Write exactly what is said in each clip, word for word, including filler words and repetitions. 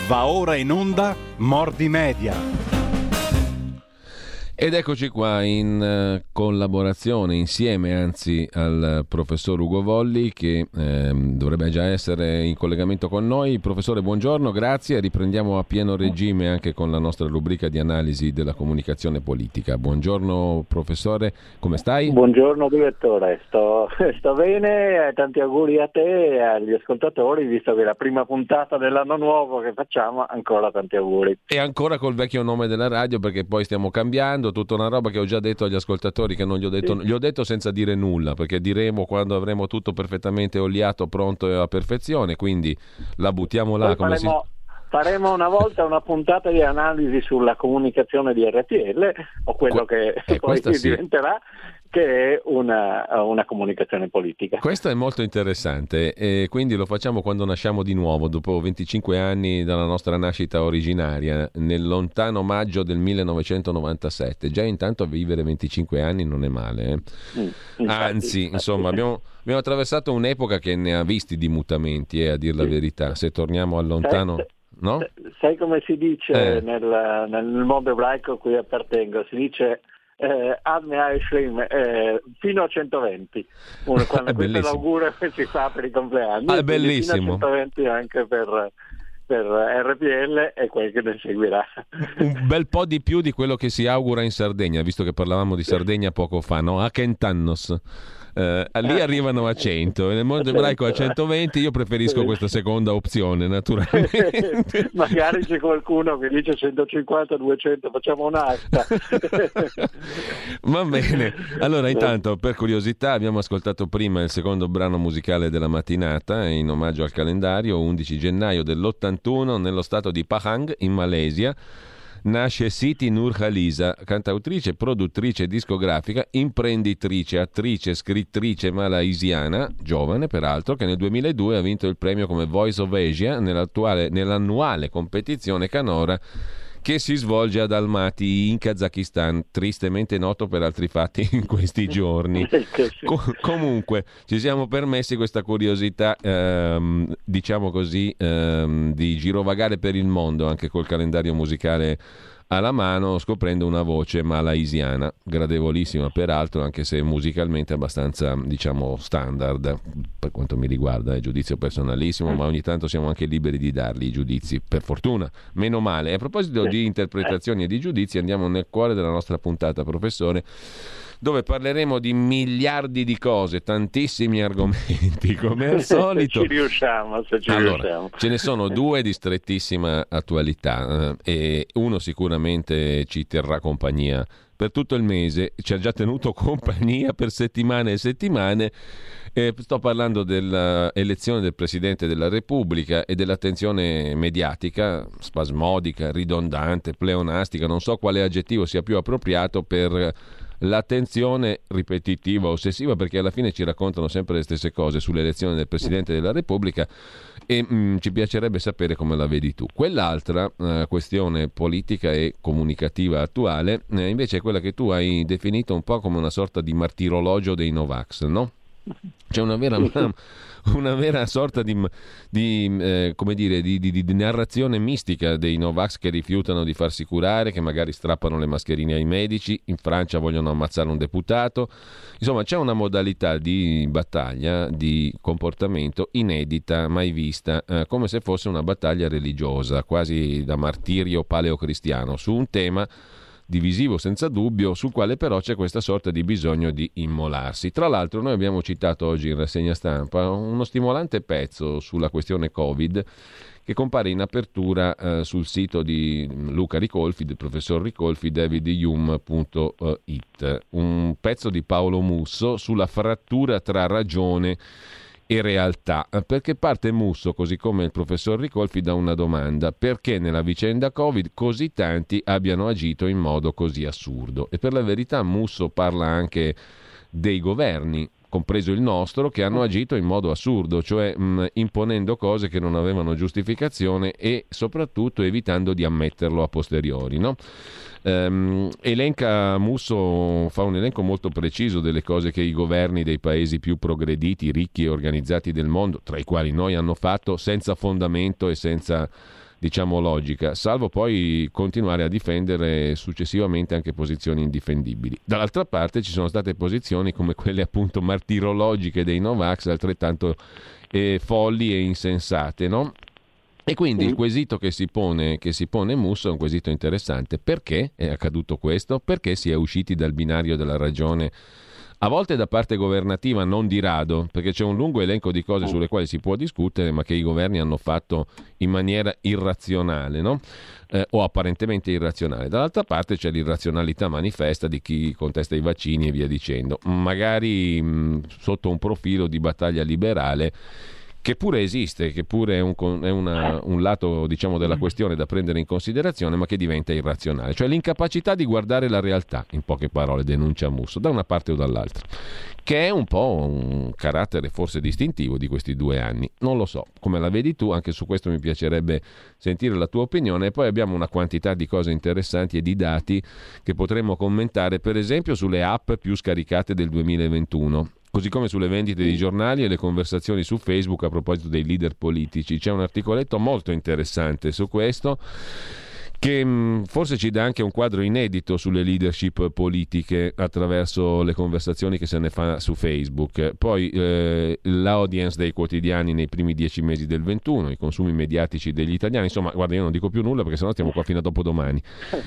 Va ora in onda Mordi Media. Ed eccoci qua in uh, collaborazione, insieme anzi al professor Ugo Volli che eh, dovrebbe già essere in collegamento con noi. Professore, buongiorno, grazie. Riprendiamo a pieno regime anche con la nostra rubrica di analisi della comunicazione politica. Buongiorno professore, come stai? Buongiorno direttore, sto, sto bene, tanti auguri a te e agli ascoltatori, visto che è la prima puntata dell'anno nuovo che facciamo, ancora tanti auguri. E ancora col vecchio nome della radio, perché poi stiamo cambiando. Tutta una roba che ho già detto agli ascoltatori, che non gli ho detto, sì. Gli ho detto senza dire nulla, perché diremo quando avremo tutto perfettamente oliato, pronto e a perfezione, quindi la buttiamo là. Poi come faremo, si... faremo una volta una puntata di analisi sulla comunicazione di R T L, o quello que- che eh, poi sì. diventerà, che è una, una comunicazione politica. Questo è molto interessante e quindi lo facciamo quando nasciamo di nuovo, dopo venticinque anni dalla nostra nascita originaria, nel lontano maggio del millenovecentonovantasette. Già intanto vivere venticinque anni non è male. Eh? Mm, infatti, Anzi, infatti. insomma, abbiamo, abbiamo attraversato un'epoca che ne ha visti di mutamenti, eh, a dir la sì. verità. Se torniamo al lontano... Sai, no? sai come si dice eh. nel, nel mondo ebraico a cui appartengo? Si dice... Eh, Ad mea Shrim, eh, fino a centoventi, uno, quando è questo è bellissimo. l'augurio che si fa per i compleanni, ah, è bellissimo. Fino a centoventi anche per, per R P L e quel che ne seguirà. Un bel po' di più di quello che si augura in Sardegna, visto che parlavamo di Sardegna poco fa, no? A Kentannos. Uh, lì arrivano a cento e nel mondo ebraico a centoventi. Io preferisco questa seconda opzione, naturalmente. Magari c'è qualcuno che dice centocinquanta duecento, facciamo un'asta. Va bene, allora intanto per curiosità abbiamo ascoltato prima il secondo brano musicale della mattinata in omaggio al calendario. Undici gennaio dell'ottantuno nello stato di Pahang in Malesia nasce Siti Nurhalisa, cantautrice, produttrice discografica, imprenditrice, attrice, scrittrice malaisiana, giovane peraltro, che nel duemiladue ha vinto il premio come Voice of Asia nell'annuale competizione canora che si svolge ad Almaty in Kazakistan, tristemente noto per altri fatti in questi giorni. Com- comunque ci siamo permessi questa curiosità, ehm, diciamo così, ehm, di girovagare per il mondo anche col calendario musicale alla mano, scoprendo una voce malaisiana, gradevolissima peraltro, anche se musicalmente abbastanza, diciamo, standard per quanto mi riguarda, è giudizio personalissimo, ma ogni tanto siamo anche liberi di dargli i giudizi, per fortuna, meno male. E a proposito di interpretazioni e di giudizi, andiamo nel cuore della nostra puntata, professore, dove parleremo di miliardi di cose, tantissimi argomenti, come al solito. Ci riusciamo, se ci allora, riusciamo. Ce ne sono due di strettissima attualità, eh, e uno sicuramente ci terrà compagnia per tutto il mese, ci ha già tenuto compagnia per settimane e settimane. Eh, sto parlando dell'elezione del Presidente della Repubblica e dell'attenzione mediatica spasmodica, ridondante, pleonastica, non so quale aggettivo sia più appropriato per l'attenzione ripetitiva, ossessiva, perché alla fine ci raccontano sempre le stesse cose sull'elezione del Presidente della Repubblica e mh, ci piacerebbe sapere come la vedi tu. Quell'altra eh, questione politica e comunicativa attuale eh, invece è quella che tu hai definito un po' come una sorta di martirologio dei Novax, no? C'è una vera, una vera sorta di, di, eh, come dire, di, di, di narrazione mistica dei Novax che rifiutano di farsi curare, che magari strappano le mascherine ai medici, in Francia vogliono ammazzare un deputato. Insomma, c'è una modalità di battaglia, di comportamento inedita, mai vista, eh, come se fosse una battaglia religiosa, quasi da martirio paleocristiano, su un tema divisivo senza dubbio, sul quale però c'è questa sorta di bisogno di immolarsi. Tra l'altro noi abbiamo citato oggi in rassegna stampa uno stimolante pezzo sulla questione Covid che compare in apertura eh, sul sito di Luca Ricolfi, del professor Ricolfi, david hume punto it, un pezzo di Paolo Musso sulla frattura tra ragione e realtà, perché parte Musso, così come il professor Ricolfi, da una domanda: perché nella vicenda Covid così tanti abbiano agito in modo così assurdo? E per la verità Musso parla anche dei governi, compreso il nostro, che hanno agito in modo assurdo, cioè mh, imponendo cose che non avevano giustificazione e soprattutto evitando di ammetterlo a posteriori, no? Um, elenca Musso, fa un elenco molto preciso delle cose che i governi dei paesi più progrediti, ricchi e organizzati del mondo, tra i quali noi, hanno fatto senza fondamento e senza, diciamo logica, salvo poi continuare a difendere successivamente anche posizioni indifendibili. Dall'altra parte ci sono state posizioni come quelle appunto martirologiche dei Novax, altrettanto eh, folli e insensate, no? E quindi il quesito che si pone, che si pone Musso è un quesito interessante. Perché è accaduto questo? Perché si è usciti dal binario della ragione, a volte da parte governativa, non di rado, perché c'è un lungo elenco di cose sulle quali si può discutere, ma che i governi hanno fatto in maniera irrazionale, no? Eh, o apparentemente irrazionale. Dall'altra parte c'è l'irrazionalità manifesta di chi contesta i vaccini e via dicendo, magari mh, sotto un profilo di battaglia liberale, che pure esiste, che pure è un, è una, un lato, diciamo, della questione da prendere in considerazione, ma che diventa irrazionale. Cioè l'incapacità di guardare la realtà, in poche parole, denuncia Musso, da una parte o dall'altra, che è un po' un carattere forse distintivo di questi due anni. Non lo so, come la vedi tu, anche su questo mi piacerebbe sentire la tua opinione. E poi abbiamo una quantità di cose interessanti e di dati che potremmo commentare, per esempio sulle app più scaricate del duemilaventuno. Così come sulle vendite di giornali e le conversazioni su Facebook a proposito dei leader politici. C'è un articoletto molto interessante su questo, che mh, forse ci dà anche un quadro inedito sulle leadership politiche attraverso le conversazioni che se ne fa su Facebook. Poi eh, l'audience dei quotidiani nei primi dieci mesi del ventuno, i consumi mediatici degli italiani. Insomma, guarda, io non dico più nulla perché sennò stiamo qua fino a dopodomani.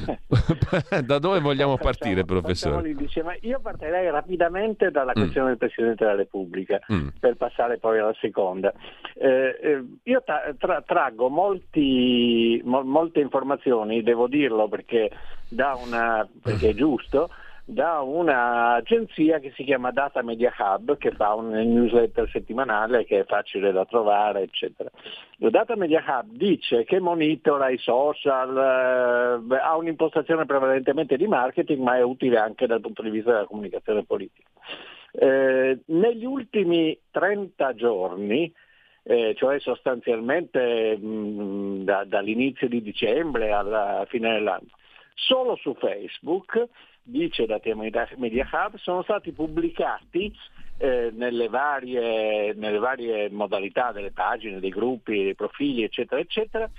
Da dove vogliamo partire, facciamo, professore? Facciamo, io partirei rapidamente dalla questione mm. del Presidente della Repubblica mm. per passare poi alla seconda. Eh, eh, io tra, tra, traggo molti, mo, molte informazioni, devo dirlo perché da una perché è giusto, da un'agenzia che si chiama Data Media Hub, che fa un newsletter settimanale che è facile da trovare, eccetera. La Data Media Hub dice che monitora i social, eh, ha un'impostazione prevalentemente di marketing, ma è utile anche dal punto di vista della comunicazione politica. Eh, negli ultimi trenta giorni, Eh, cioè sostanzialmente mh, da, dall'inizio di dicembre alla fine dell'anno, solo su Facebook, dice Data Media Hub, sono stati pubblicati eh, nelle, varie, nelle varie modalità delle pagine, dei gruppi, dei profili, eccetera, eccetera,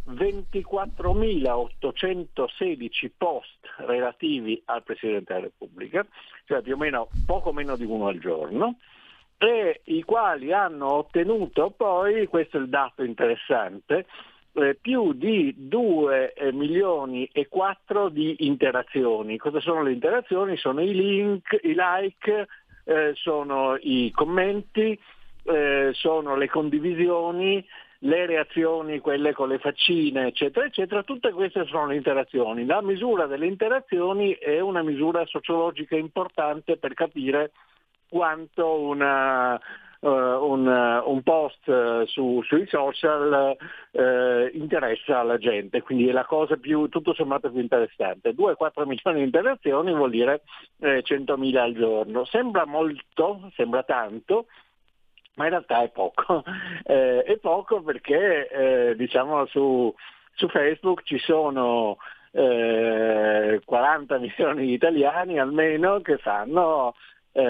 ventiquattromilaottocentosedici post relativi al Presidente della Repubblica, cioè più o meno poco meno di uno al giorno, e i quali hanno ottenuto poi, questo è il dato interessante, eh, più di due milioni e quattro di interazioni. Cosa sono le interazioni? Sono i link, i like, eh, sono i commenti, eh, sono le condivisioni, le reazioni, quelle con le faccine, eccetera, eccetera. Tutte queste sono le interazioni. La misura delle interazioni è una misura sociologica importante per capire quanto una, uh, un, uh, un post uh, su, sui social uh, interessa alla gente, quindi è la cosa più, tutto sommato più interessante. due quattro milioni di interazioni vuol dire eh, centomila al giorno. Sembra molto, sembra tanto, ma in realtà è poco. Eh, è poco perché eh, diciamo su, su Facebook ci sono eh, quaranta milioni di italiani almeno che fanno Eh,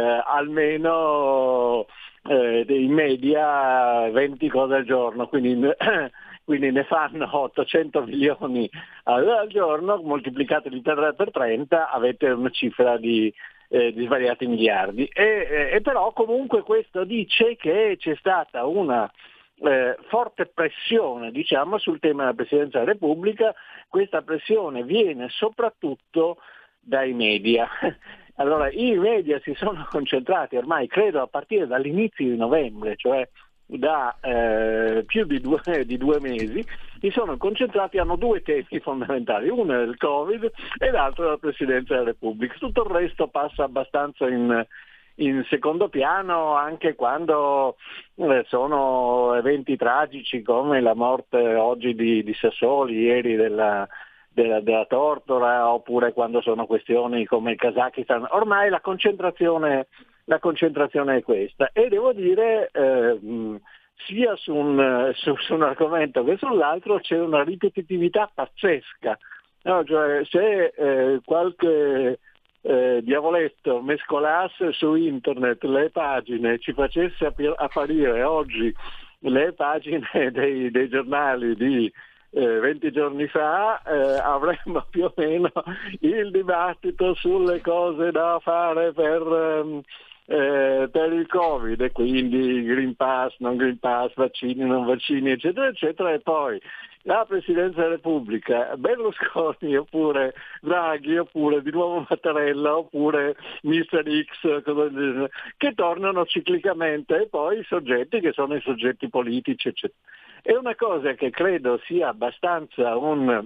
almeno eh, in media venti cose al giorno, quindi, quindi ne fanno ottocento milioni al, al giorno, moltiplicateli per, per trenta, avete una cifra di, eh, di svariati miliardi. E, eh, e però comunque questo dice che c'è stata una eh, forte pressione, diciamo, sul tema della Presidenza della Repubblica. Questa pressione viene soprattutto dai media. Allora, i media si sono concentrati ormai, credo, a partire dall'inizio di novembre, cioè da eh, più di due, di due mesi, si sono concentrati, hanno due temi fondamentali, uno è il Covid e l'altro è la Presidenza della Repubblica. Tutto il resto passa abbastanza in, in secondo piano, anche quando eh, sono eventi tragici come la morte oggi di, di Sassoli, ieri della... Della, della Tortora, oppure quando sono questioni come il Kazakistan. Ormai la concentrazione, la concentrazione è questa, e devo dire eh, sia su un, su, su un argomento che sull'altro c'è una ripetitività pazzesca, no? Cioè, se eh, qualche eh, diavoletto mescolasse su internet le pagine, ci facesse apparire oggi le pagine dei, dei giornali di eh, venti giorni fa eh, avremmo più o meno il dibattito sulle cose da fare per, ehm, eh, per il Covid, e quindi Green Pass, non Green Pass, vaccini, non vaccini, eccetera, eccetera, e poi la Presidenza della Repubblica, Berlusconi oppure Draghi oppure di nuovo Mattarella oppure mister X, che tornano ciclicamente, e poi i soggetti che sono i soggetti politici, eccetera. È una cosa che credo sia abbastanza un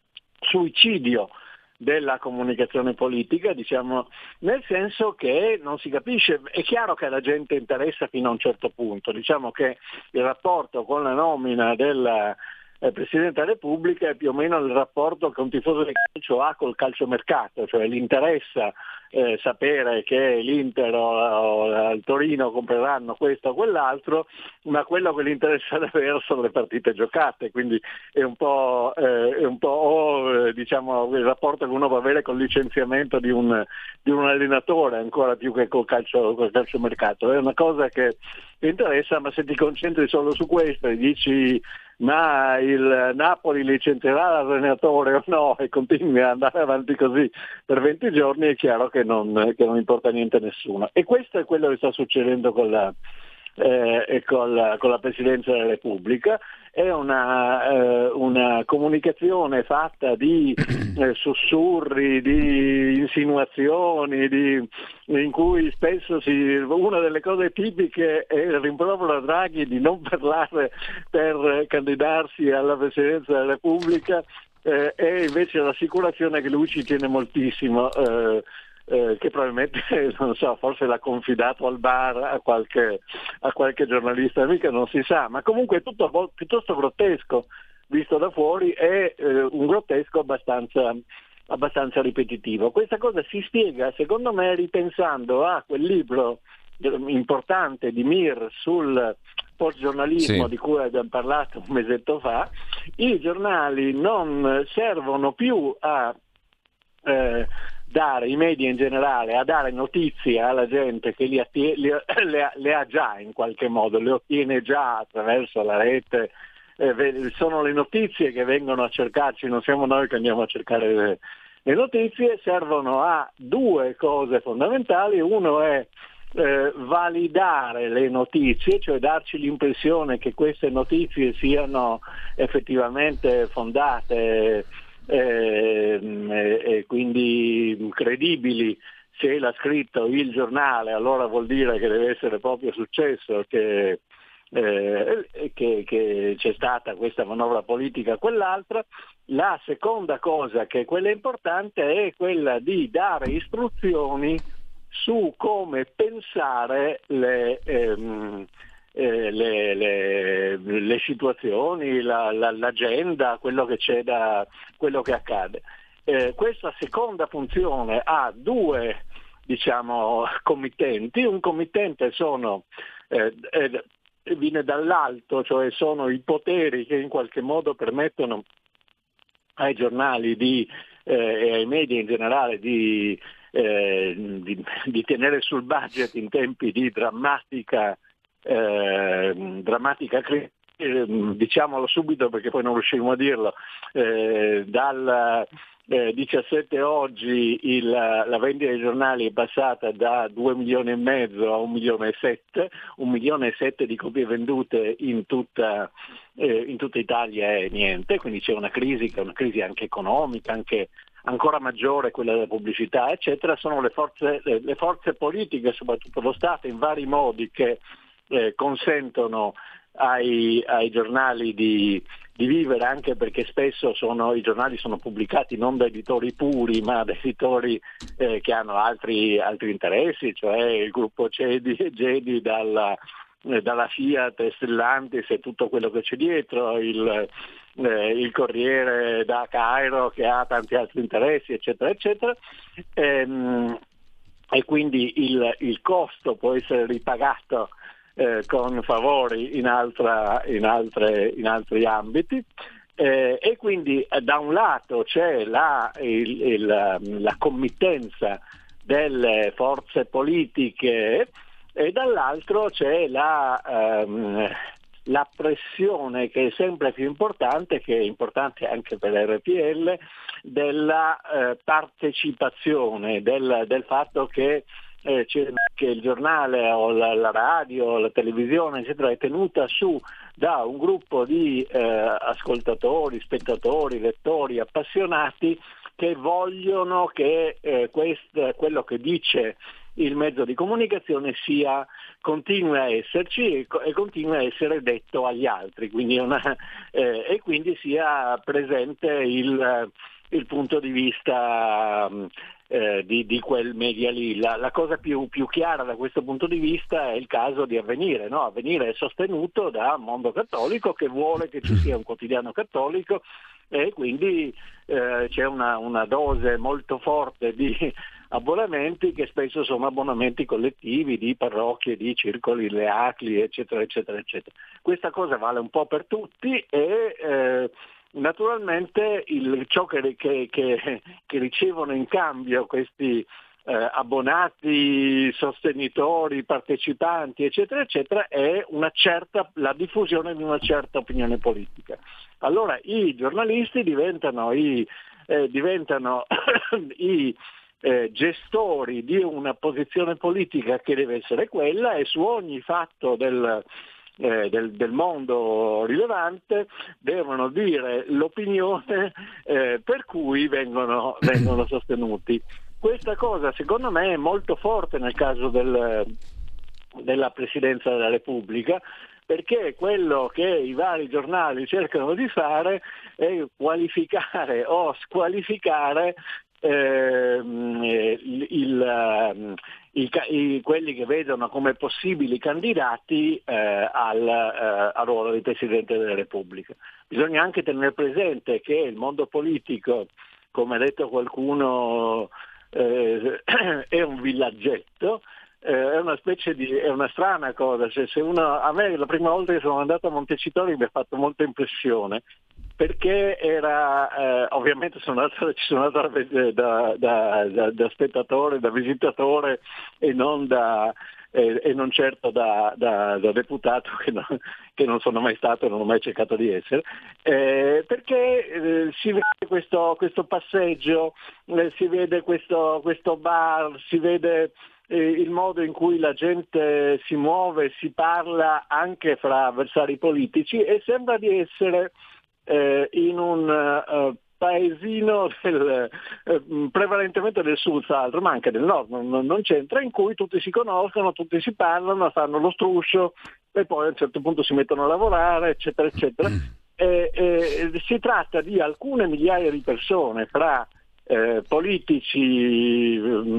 suicidio della comunicazione politica, diciamo, nel senso che non si capisce. È chiaro che alla gente interessa fino a un certo punto, diciamo che il rapporto con la nomina del eh, Presidente della Repubblica è più o meno il rapporto che un tifoso di calcio ha col calciomercato, cioè gli interessa eh, sapere che l'Inter o, o il Torino compreranno questo o quell'altro, ma quello che gli interessa davvero sono le partite giocate, quindi è un po', eh, è un po' o, eh, diciamo, il rapporto che uno può avere col licenziamento di un, di un allenatore, ancora più che col calcio, col calciomercato. È una cosa che interessa, ma se ti concentri solo su questo e dici ma il Napoli licenzierà l'allenatore o no, e continui ad andare avanti così per venti giorni, è chiaro che non, che non importa niente a nessuno. E questo è quello che sta succedendo con la, eh, con la, con la Presidenza della Repubblica. È una, eh, una comunicazione fatta di eh, sussurri, di insinuazioni, di, in cui spesso si, una delle cose tipiche è il rimprovero a Draghi di non parlare per candidarsi alla Presidenza della Repubblica, eh, e invece l'assicurazione che lui ci tiene moltissimo. Eh, Eh, che probabilmente, non so, forse l'ha confidato al bar a qualche, a qualche giornalista, mica non si sa, ma comunque è tutto piuttosto grottesco visto da fuori, è eh, un grottesco abbastanza, abbastanza ripetitivo. Questa cosa si spiega, secondo me, ripensando a quel libro importante di Mir sul postgiornalismo, sì, di cui abbiamo parlato un mesetto fa. I giornali non servono più a eh, dare, i media in generale, a dare notizie alla gente che li attie- li, le, le ha già in qualche modo, le ottiene già attraverso la rete, eh, sono le notizie che vengono a cercarci, non siamo noi che andiamo a cercare le, le notizie. Servono a due cose fondamentali: uno è eh, validare le notizie, cioè darci l'impressione che queste notizie siano effettivamente fondate e eh, eh, quindi credibili. Se l'ha scritto il giornale, allora vuol dire che deve essere proprio successo, che, eh, che, che c'è stata questa manovra politica, quell'altra. La seconda cosa, che è quella importante, è quella di dare istruzioni su come pensare le ehm, Eh, le, le, le situazioni, la, la, l'agenda, quello che c'è da quello che accade. Eh, questa seconda funzione ha due, diciamo, committenti. Un committente sono eh, eh, viene dall'alto, cioè sono i poteri che in qualche modo permettono ai giornali di, eh, e ai media in generale di, eh, di, di tenere sul budget in tempi di drammatica Eh, drammatica crisi, eh, diciamolo subito perché poi non riusciremo a dirlo. Eh, dal eh, diciassette oggi il, la vendita dei giornali è passata da due milioni e mezzo a un milione e sette, un milione e sette di copie vendute in tutta, eh, in tutta Italia è niente, quindi c'è una crisi che è una crisi anche economica, anche ancora maggiore, quella della pubblicità, eccetera. Sono le forze, le, le forze politiche, soprattutto lo Stato, in vari modi che Eh, consentono ai, ai giornali di, di vivere, anche perché spesso sono, i giornali sono pubblicati non da editori puri, ma da editori eh, che hanno altri, altri interessi, cioè il gruppo Gedi, Gedi dalla, eh, dalla Fiat, Stellantis e tutto quello che c'è dietro, il, eh, il Corriere da Cairo che ha tanti altri interessi, eccetera, eccetera. Ehm, e quindi il, il costo può essere ripagato Eh, con favori in, altra, in, altre, in altri ambiti, eh, e quindi eh, da un lato c'è la, il, il, la committenza delle forze politiche e dall'altro c'è la, ehm, la pressione che è sempre più importante, che è importante anche per l'R P L, della eh, partecipazione, del, del fatto che, eh, che il giornale o la, la radio, la televisione eccetera è tenuta su da un gruppo di eh, ascoltatori, spettatori, lettori appassionati che vogliono che eh, quest, quello che dice il mezzo di comunicazione sia continui a esserci e, e continui a essere detto agli altri, quindi una, eh, e quindi sia presente il, il punto di vista eh, di, di quel media lì. La, la cosa più, più chiara da questo punto di vista è il caso di Avvenire, no? Avvenire è sostenuto da Mondo Cattolico, che vuole che ci sia un quotidiano cattolico, e quindi eh, c'è una, una dose molto forte di abbonamenti che spesso sono abbonamenti collettivi di parrocchie, di circoli, le A C L I, eccetera, eccetera, eccetera. Questa cosa vale un po' per tutti e eh, naturalmente il, ciò che, che, che, che ricevono in cambio questi eh, abbonati, sostenitori, partecipanti, eccetera, eccetera, è una certa, la diffusione di una certa opinione politica. Allora i giornalisti diventano i, eh, diventano i Eh, gestori di una posizione politica che deve essere quella, e su ogni fatto del, eh, del, del mondo rilevante devono dire l'opinione eh, per cui vengono, vengono sostenuti. Questa cosa secondo me è molto forte nel caso del, della Presidenza della Repubblica, perché quello che i vari giornali cercano di fare è qualificare o squalificare Eh, il, il, il, il, quelli che vedono come possibili candidati eh, al, eh, al ruolo di Presidente della Repubblica. Bisogna anche tenere presente che il mondo politico, come ha detto qualcuno, eh, è un villaggetto, eh, è una specie di, è una strana cosa. Cioè, se uno, a me la prima volta che sono andato a Montecitorio mi ha fatto molta impressione, perché era, eh, ovviamente sono andato, ci sono andato da, da, da, da spettatore, da visitatore e non, da, eh, e non certo da, da, da deputato, che non, che non sono mai stato e non ho mai cercato di essere, eh, perché eh, si vede questo, questo passeggio, eh, si vede questo, questo bar, si vede eh, il modo in cui la gente si muove, si parla anche fra avversari politici, e sembra di essere Eh, in un uh, paesino del, eh, prevalentemente del sud, tra l'altro, ma anche del nord, non, non c'entra, in cui tutti si conoscono, tutti si parlano, fanno lo struscio e poi a un certo punto si mettono a lavorare, eccetera, eccetera. E, e, si tratta di alcune migliaia di persone, fra eh, politici,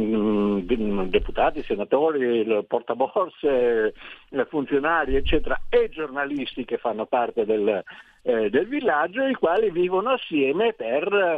mh, deputati, senatori, portaborse, funzionari, eccetera, e giornalisti che fanno parte del, eh, del villaggio, i quali vivono assieme per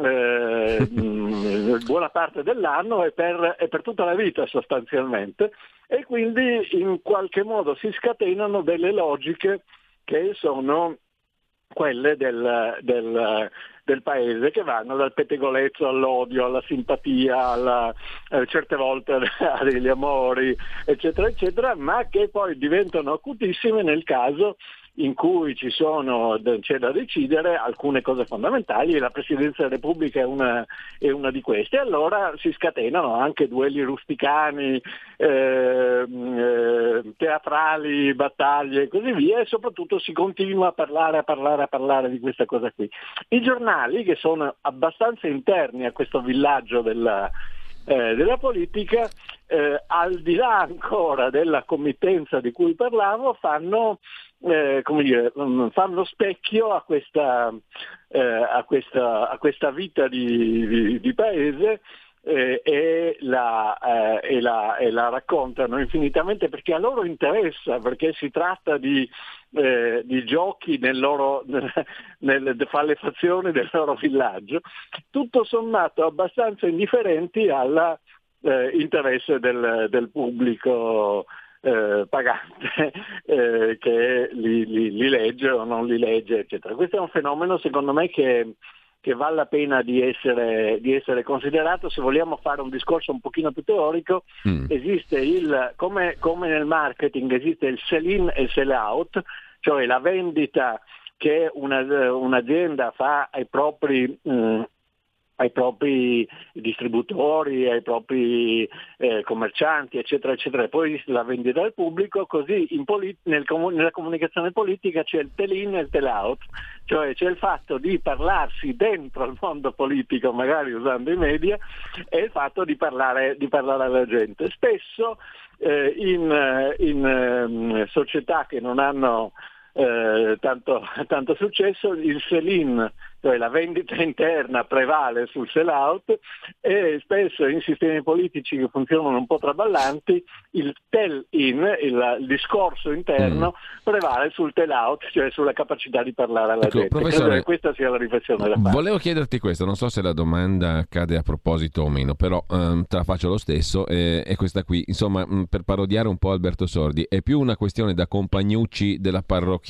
eh, mh, buona parte dell'anno e per, e per tutta la vita sostanzialmente, e quindi in qualche modo si scatenano delle logiche che sono quelle del, del, del paese, che vanno dal pettegolezzo all'odio, alla simpatia, alla, eh, certe volte a degli amori, eccetera, eccetera, ma che poi diventano acutissime nel caso in cui ci sono, c'è da decidere alcune cose fondamentali, e la Presidenza della Repubblica è una, è una di queste. Allora si scatenano anche duelli rusticani, eh, eh, teatrali, battaglie e così via, e soprattutto si continua a parlare, a parlare, a parlare di questa cosa qui. I giornali, che sono abbastanza interni a questo villaggio della Eh, della politica, eh, al di là ancora della committenza di cui parlavo, fanno, eh, come dire, fanno specchio a questa, eh, a questa, a questa vita di, di, di paese, eh, e, la, eh, e, la, e la raccontano infinitamente, perché a loro interessa, perché si tratta di Eh, di giochi nel loro, nel, nelle fallefazioni del loro villaggio, tutto sommato abbastanza indifferenti all'interesse eh, del, del pubblico eh, pagante eh, che li, li, li legge o non li legge, eccetera. Questo è un fenomeno, secondo me, che che vale la pena di essere, di essere considerato. Se vogliamo fare un discorso un pochino più teorico, mm. esiste il, come, come nel marketing esiste il sell-in e il sell-out, cioè la vendita che una, un'azienda fa ai propri mh, ai propri distributori, ai propri eh, commercianti, eccetera, eccetera, e poi la vendita al pubblico, così in polit- nel com- nella comunicazione politica c'è il tell-in e il tell-out, cioè c'è il fatto di parlarsi dentro al mondo politico, magari usando i media, e il fatto di parlare, di parlare alla gente. Spesso eh, in, in eh, società che non hanno Eh, tanto, tanto successo, il sell-in, cioè la vendita interna, prevale sul sell-out, e spesso in sistemi politici che funzionano un po' traballanti il tell-in, il, il discorso interno, mm. prevale sul tell-out, cioè sulla capacità di parlare alla ecco, gente. Credo che questa sia la riflessione da fare. Volevo chiederti questo, non so se la domanda cade a proposito o meno, però um, te la faccio lo stesso, eh, è questa qui, insomma, mh, per parodiare un po' Alberto Sordi, è più una questione da compagnucci della parrocchietta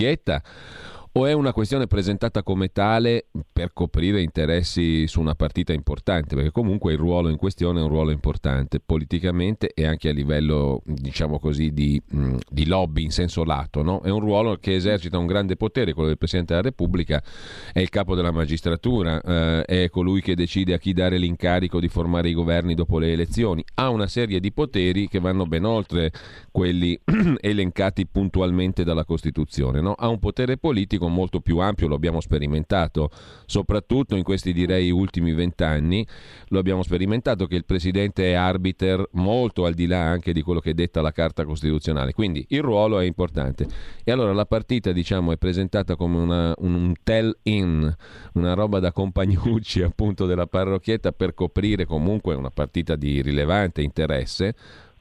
o è una questione presentata come tale per coprire interessi su una partita importante? Perché comunque il ruolo in questione è un ruolo importante politicamente e anche a livello, diciamo così, di, mh, di lobby in senso lato, no? È un ruolo che esercita un grande potere, quello del Presidente della Repubblica, è il capo della magistratura, eh, è colui che decide a chi dare l'incarico di formare i governi dopo le elezioni, ha una serie di poteri che vanno ben oltre quelli elencati puntualmente dalla Costituzione, no? Ha un potere politico molto più ampio, lo abbiamo sperimentato soprattutto in questi, direi, ultimi vent'anni, lo abbiamo sperimentato che il Presidente è arbiter molto al di là anche di quello che detta la Carta Costituzionale, quindi il ruolo è importante. E allora la partita, diciamo, è presentata come una, un, un tell-in, una roba da compagnucci appunto della parrocchietta per coprire comunque una partita di rilevante interesse.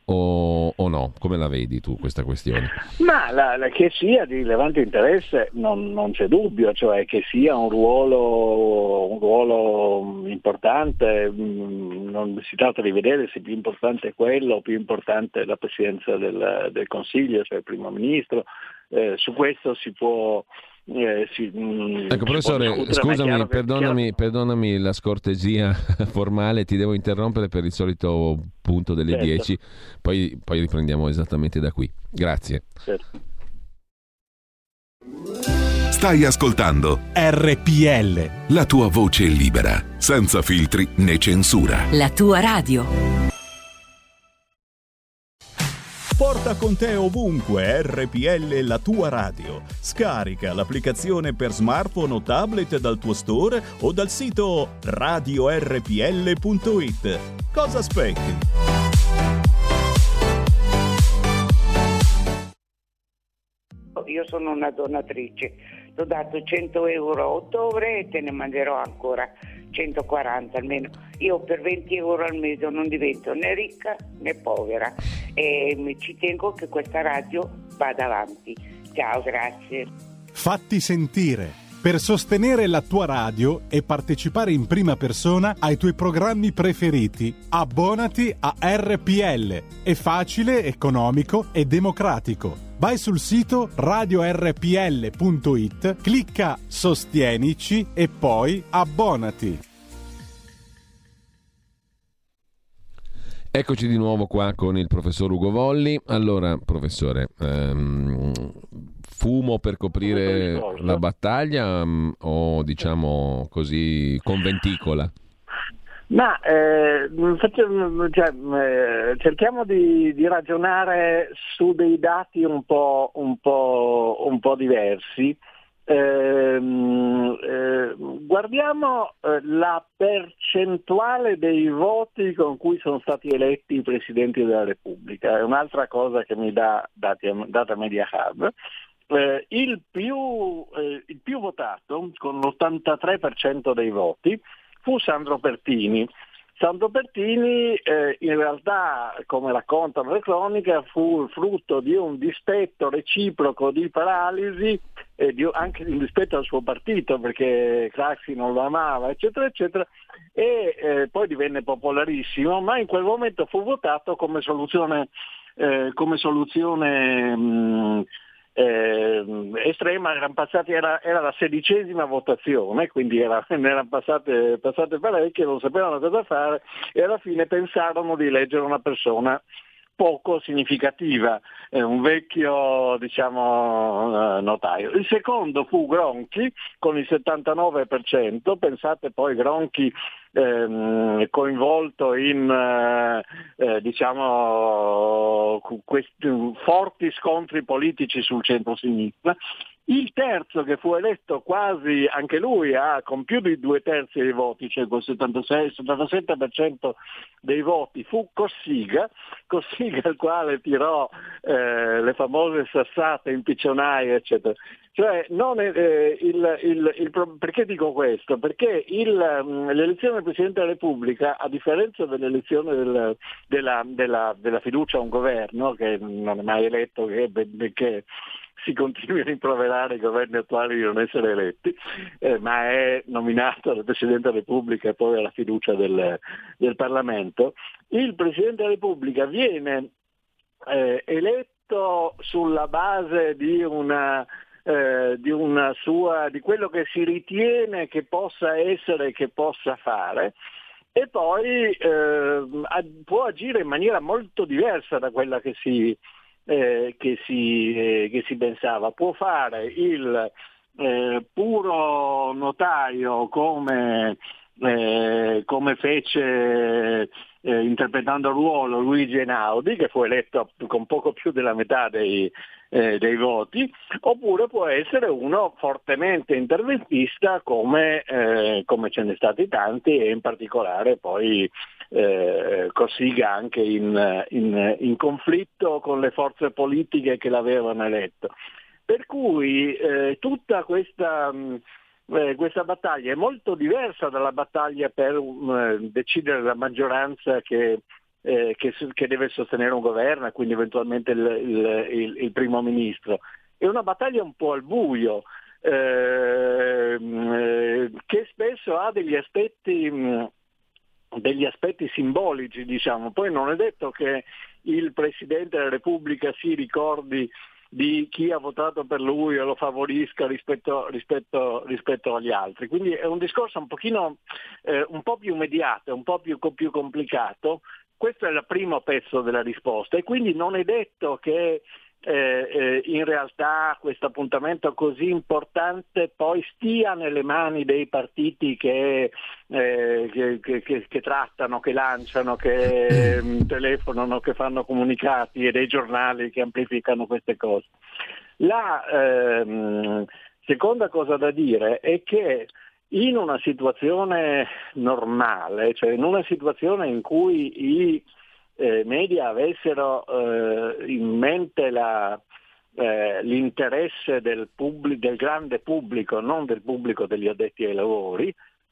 O, o no? Come la vedi tu questa questione? Ma la, la, che sia di rilevante interesse non, non c'è dubbio, cioè che sia un ruolo, un ruolo importante, mh, non si tratta di vedere se più importante è quello o più importante è la presidenza del, del Consiglio, cioè il primo ministro, eh, su questo si può... Eh, si, mh, ecco professore, scusami, perdonami, chiaro... perdonami la scortesia formale, ti devo interrompere per il solito punto delle certo. dieci, poi, poi riprendiamo esattamente da qui. Grazie. Certo. Stai ascoltando R P L, la tua voce libera, senza filtri né censura. La tua radio. Porta con te ovunque R P L, la tua radio. Scarica l'applicazione per smartphone o tablet dal tuo store o dal sito radio erre pi elle punto it. Cosa aspetti? Io sono una donatrice, ti ho dato cento euro a ottobre e te ne manderò ancora centoquaranta almeno. Io per venti euro al mese non divento né ricca né povera e mi ci tengo che questa radio vada avanti. Ciao, grazie. Fatti sentire. Per sostenere la tua radio e partecipare in prima persona ai tuoi programmi preferiti, abbonati a R P L. È facile, economico e democratico. Vai sul sito radio erre pi elle punto it, clicca Sostienici e poi abbonati. Eccoci di nuovo qua con il professor Ugo Volli. Allora, professore, ehm, fumo per coprire la battaglia um, o diciamo così conventicola? Ma eh, facciamo, cioè, eh, cerchiamo di, di ragionare su dei dati un po', un po', un po' diversi. Eh, eh, guardiamo eh, la percentuale dei voti con cui sono stati eletti i presidenti della Repubblica. È un'altra cosa che mi dà dati, data Media Hub. Eh, il, più, eh, il più votato, con l'ottantatré per cento dei voti, fu Sandro Pertini. Sandro Pertini eh, in realtà, come raccontano le cronache, fu il frutto di un dispetto reciproco di paralisi, e di, anche di un dispetto al suo partito, perché Craxi non lo amava, eccetera, eccetera, e eh, poi divenne popolarissimo, ma in quel momento fu votato come soluzione, eh, come soluzione mh, Eh, estrema. Erano passati, era, era la sedicesima votazione, quindi era, ne erano passate, passate parecchie, non sapevano cosa fare e alla fine pensarono di eleggere una persona poco significativa, eh, un vecchio diciamo eh, notaio. Il secondo fu Gronchi con il settantanove per cento, pensate poi Gronchi ehm, coinvolto in eh, eh, diciamo questi forti scontri politici sul centro-sinistra. Il terzo, che fu eletto quasi anche lui a, con più di due terzi dei voti, cioè con settantasei settantasette per cento dei voti, fu Cossiga, Cossiga il quale tirò eh, le famose sassate in piccionaia, eccetera. Cioè, non è, eh, il, il, il, perché dico questo? Perché il, l'elezione del Presidente della Repubblica, a differenza dell'elezione del, della, della, della fiducia a un governo, che non è mai eletto, che, che si continui a rimproverare i governi attuali di non essere eletti, eh, ma è nominato dal Presidente della Repubblica e poi alla fiducia del, del Parlamento, il Presidente della Repubblica viene eh, eletto sulla base di una Eh, di una sua, di quello che si ritiene che possa essere, che possa fare, e poi eh, può agire in maniera molto diversa da quella che si, eh, che si, eh, che si pensava. Può fare il eh, puro notaio come, eh, come fece eh, interpretando il ruolo Luigi Einaudi, che fu eletto con poco più della metà dei Eh, dei voti, oppure può essere uno fortemente interventista come, eh, come ce ne stati tanti, e in particolare poi eh, Cossiga anche in, in, in conflitto con le forze politiche che l'avevano eletto. Per cui eh, tutta questa, mh, eh, questa battaglia è molto diversa dalla battaglia per mh, decidere la maggioranza che Eh, che, che deve sostenere un governo e quindi eventualmente il, il, il, il primo ministro. È una battaglia un po' al buio, eh, eh, che spesso ha degli aspetti, mh, degli aspetti simbolici, diciamo. Poi non è detto che il Presidente della Repubblica si ricordi di chi ha votato per lui e lo favorisca rispetto, rispetto, rispetto agli altri. Quindi è un discorso un pochino, eh, un po' più immediato, un po' più, più complicato. Questo è il primo pezzo della risposta, e quindi non è detto che eh, eh, in realtà questo appuntamento così importante poi stia nelle mani dei partiti che, eh, che, che, che, che trattano, che lanciano, che eh, telefonano, che fanno comunicati, e dei giornali che amplificano queste cose. La ehm, seconda cosa da dire è che in una situazione normale, cioè in una situazione in cui i eh, media avessero eh, in mente la, eh, l'interesse del, pubblico, del grande pubblico, non del pubblico degli addetti ai lavori,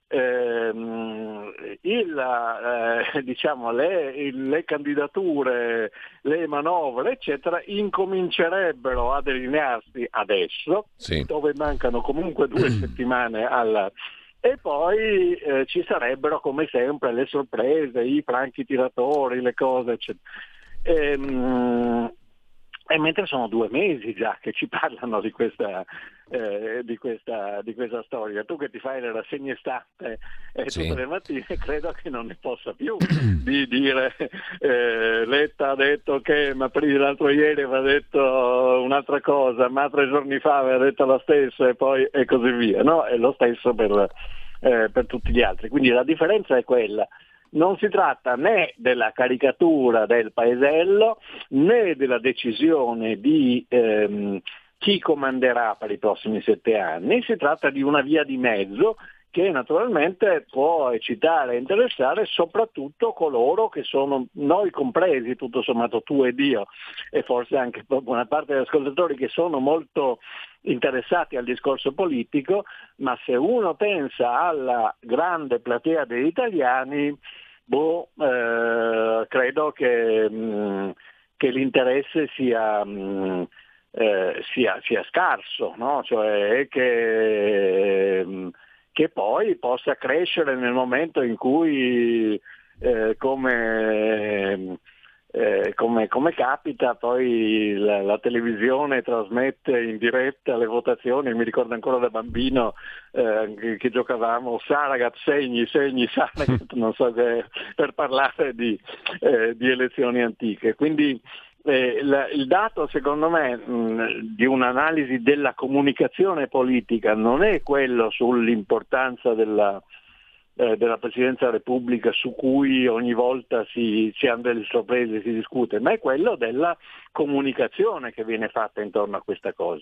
ehm, il, eh, diciamo, le, le candidature, le manovre, eccetera, incomincerebbero a delinearsi adesso, sì, dove mancano comunque due settimane alla... E poi eh, ci sarebbero come sempre le sorprese, i franchi tiratori, le cose, eccetera. Ehm, E mentre sono due mesi già che ci parlano di questa, eh, di questa, di questa storia, tu che ti fai le rassegne stampe eh, sì, tutte le mattine, credo che non ne possa più di dire eh, Letta ha detto che, ma prima l'altro ieri aveva detto un'altra cosa, ma tre giorni fa aveva detto lo stesso, e poi e così via, no? È lo stesso per, eh, per tutti gli altri. Quindi la differenza è quella. Non si tratta né della caricatura del paesello, né della decisione di ehm, chi comanderà per i prossimi sette anni, si tratta di una via di mezzo che naturalmente può eccitare e interessare soprattutto coloro che sono, noi compresi, tutto sommato tu ed io, e forse anche buona parte degli ascoltatori, che sono molto interessati al discorso politico, ma se uno pensa alla grande platea degli italiani, boh, eh, credo che, mh, che l'interesse sia, mh, eh, sia, sia scarso, no? Cioè che, mh, che poi possa crescere nel momento in cui, eh, come eh, come, come capita, poi la, la televisione trasmette in diretta le votazioni. Mi ricordo ancora da bambino eh, che, che giocavamo Saragat, segni, segni, Saragat, non so, per, per parlare di, eh, di elezioni antiche. Quindi Eh, il, il dato, secondo me, mh, di un'analisi della comunicazione politica non è quello sull'importanza della, eh, della Presidenza della Repubblica, su cui ogni volta si, si hanno delle sorprese, si discute, ma è quello della comunicazione che viene fatta intorno a questa cosa.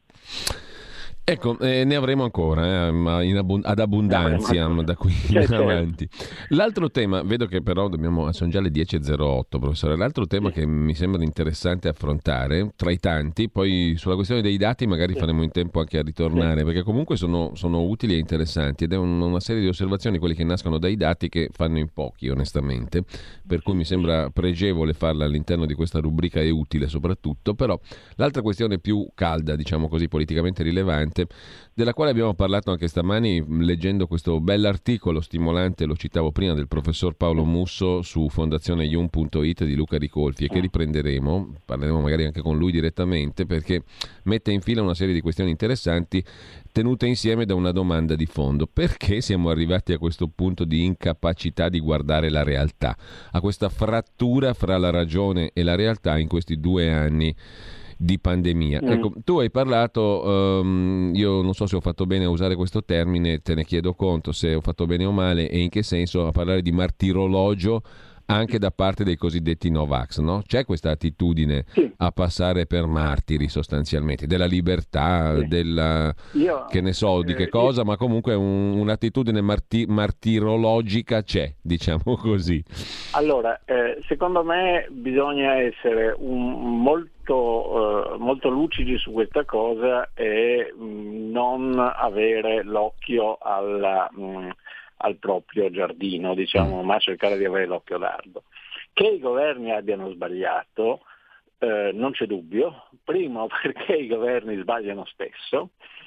Ecco, eh, ne avremo ancora, eh, ma in abbon- ad abbondanza da qui in avanti. L'altro tema, vedo che però dobbiamo, sono già le dieci e zero otto, professore, l'altro tema sì. che mi sembra interessante affrontare, tra i tanti, poi sulla questione dei dati magari sì. faremo in tempo anche a ritornare, sì. perché comunque sono, sono utili e interessanti, ed è un, una serie di osservazioni, quelli che nascono dai dati, che fanno in pochi onestamente, per cui mi sembra pregevole farla all'interno di questa rubrica, e utile soprattutto. Però l'altra questione più calda, diciamo così, politicamente rilevante, della quale abbiamo parlato anche stamani leggendo questo bell'articolo stimolante, lo citavo prima, del professor Paolo Musso su fondazione yum punto it di Luca Ricolfi, e che riprenderemo, parleremo magari anche con lui direttamente, perché mette in fila una serie di questioni interessanti tenute insieme da una domanda di fondo: perché siamo arrivati a questo punto di incapacità di guardare la realtà, a questa frattura fra la ragione e la realtà in questi due anni di pandemia? Mm. Ecco, tu hai parlato, um, io non so se ho fatto bene a usare questo termine, te ne chiedo conto se ho fatto bene o male, e in che senso, a parlare di martirologio anche da parte dei cosiddetti Novax, no? C'è questa attitudine sì. a passare per martiri sostanzialmente, della libertà, sì. della io, che ne so di che cosa, io, ma comunque un, un'attitudine marti, martirologica c'è, diciamo così. Allora, eh, secondo me bisogna essere un, molto, eh, molto lucidi su questa cosa e mh, non avere l'occhio alla... Mh, al proprio giardino, diciamo, ma cercare di avere l'occhio largo. Che i governi abbiano sbagliato eh, non c'è dubbio, primo perché i governi sbagliano spesso,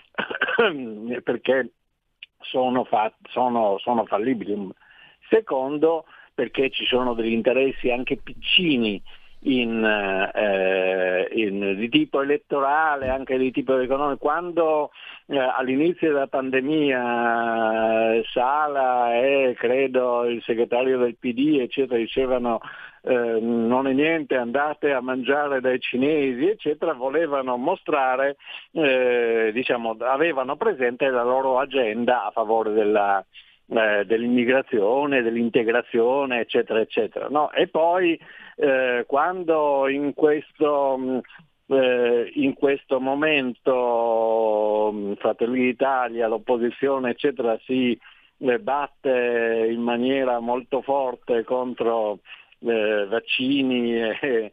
perché sono, fa- sono, sono fallibili, secondo perché ci sono degli interessi anche piccini In, eh, in, di tipo elettorale, anche di tipo economico. Quando eh, all'inizio della pandemia eh, Sala e credo il segretario del P D eccetera dicevano eh, non è niente, andate a mangiare dai cinesi eccetera, volevano mostrare, eh, diciamo, avevano presente la loro agenda a favore della Eh, dell'immigrazione, dell'integrazione eccetera eccetera, no? E poi eh, quando in questo eh, in questo momento Fratelli d'Italia, l'opposizione eccetera si eh, batte in maniera molto forte contro eh, vaccini e,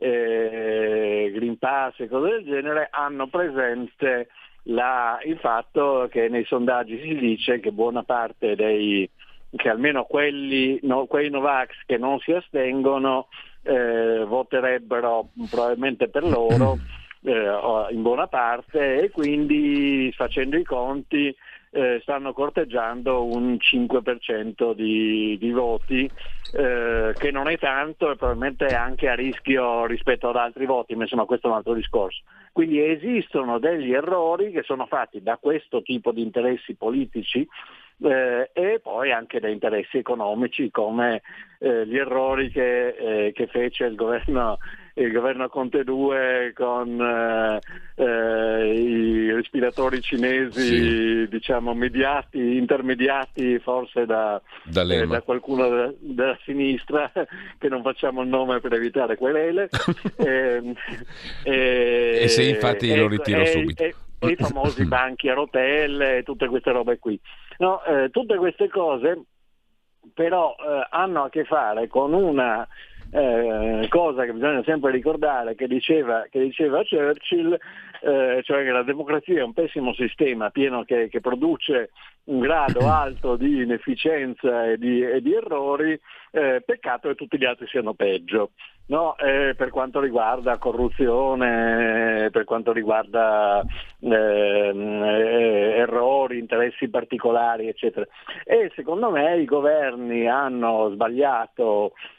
e Green Pass e cose del genere, hanno presente La, il fatto che nei sondaggi si dice che buona parte dei, che almeno quelli, no, quei Novax che non si astengono eh, voterebbero probabilmente per loro eh, in buona parte, e quindi facendo i conti eh, stanno corteggiando un cinque per cento di, di voti, eh, che non è tanto e probabilmente è anche a rischio rispetto ad altri voti, ma insomma questo è un altro discorso. Quindi esistono degli errori che sono fatti da questo tipo di interessi politici eh, e poi anche da interessi economici, come eh, gli errori che, eh, che fece il governo, il governo Conte due con eh, eh, i respiratori cinesi, sì. diciamo mediati, intermediati forse da, eh, da qualcuno della, della sinistra, che non facciamo il nome per evitare querele. e, e, e se infatti e, lo ritiro e, subito. E, e i famosi banchi a rotelle e tutte queste robe qui. No, eh, tutte queste cose però eh, hanno a che fare con una eh, cosa che bisogna sempre ricordare, che diceva, che diceva Churchill, eh, cioè che la democrazia è un pessimo sistema pieno che, che produce un grado alto di inefficienza e di, e di errori, eh, peccato che tutti gli altri siano peggio. No, eh, per quanto riguarda corruzione, per quanto riguarda eh, eh, errori, interessi particolari, eccetera. E secondo me i governi hanno sbagliato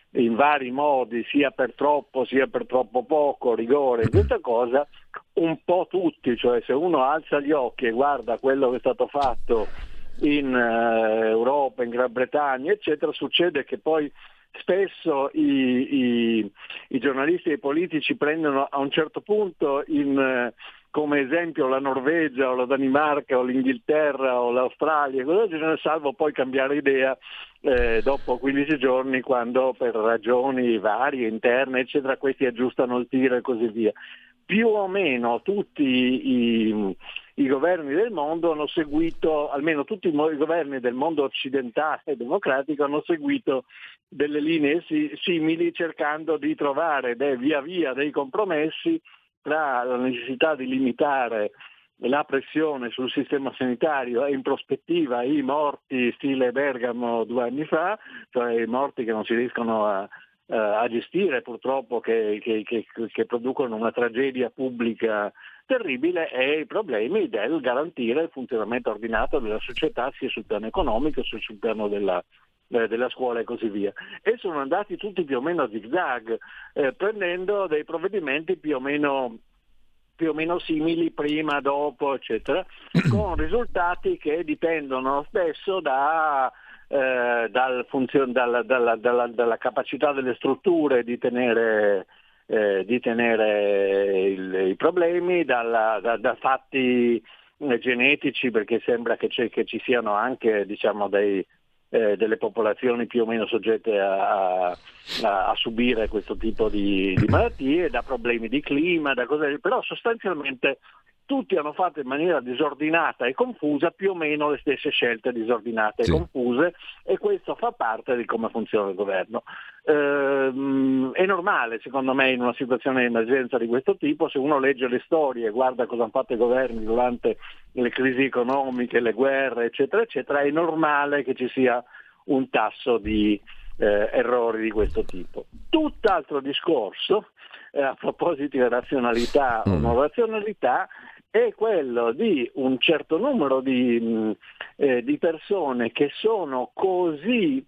in vari modi, sia per troppo sia per troppo poco rigore in questa cosa, un po' tutti, cioè se uno alza gli occhi e guarda quello che è stato fatto in uh, Europa, in Gran Bretagna eccetera, succede che poi spesso i, i, i giornalisti e i politici prendono a un certo punto in, uh, come esempio la Norvegia o la Danimarca o l'Inghilterra o l'Australia, cosa del genere, salvo poi cambiare idea eh, dopo quindici giorni, quando per ragioni varie, interne eccetera, questi aggiustano il tiro e così via. Più o meno tutti i, i governi del mondo hanno seguito, almeno tutti i governi del mondo occidentale e democratico hanno seguito delle linee si, simili, cercando di trovare de, via via dei compromessi tra la necessità di limitare la pressione sul sistema sanitario e in prospettiva i morti stile Bergamo due anni fa, cioè i morti che non si riescono a a gestire purtroppo, che, che, che, che producono una tragedia pubblica terribile, e i problemi del garantire il funzionamento ordinato della società sia sul piano economico sia sul piano della, eh, della scuola e così via. E sono andati tutti più o meno a zigzag, eh, prendendo dei provvedimenti più o meno più o meno simili prima, dopo eccetera, con risultati che dipendono spesso da Eh, dal funzion- dalla, dalla, dalla, dalla capacità delle strutture di tenere, eh, di tenere il, i problemi, dalla, da, da fatti eh, genetici, perché sembra che, c'è, che ci siano anche diciamo, dei, eh, delle popolazioni più o meno soggette a, a, a subire questo tipo di, di malattie, da problemi di clima, da cose, però sostanzialmente tutti hanno fatto in maniera disordinata e confusa più o meno le stesse scelte disordinate sì. e confuse, e questo fa parte di come funziona il governo. Ehm, è normale, secondo me, in una situazione di emergenza di questo tipo, se uno legge le storie e guarda cosa hanno fatto i governi durante le crisi economiche, le guerre, eccetera, eccetera, è normale che ci sia un tasso di eh, errori di questo tipo. Tutt'altro discorso, eh, a proposito di razionalità mm. o non razionalità, è quello di un certo numero di, eh, di persone che sono così,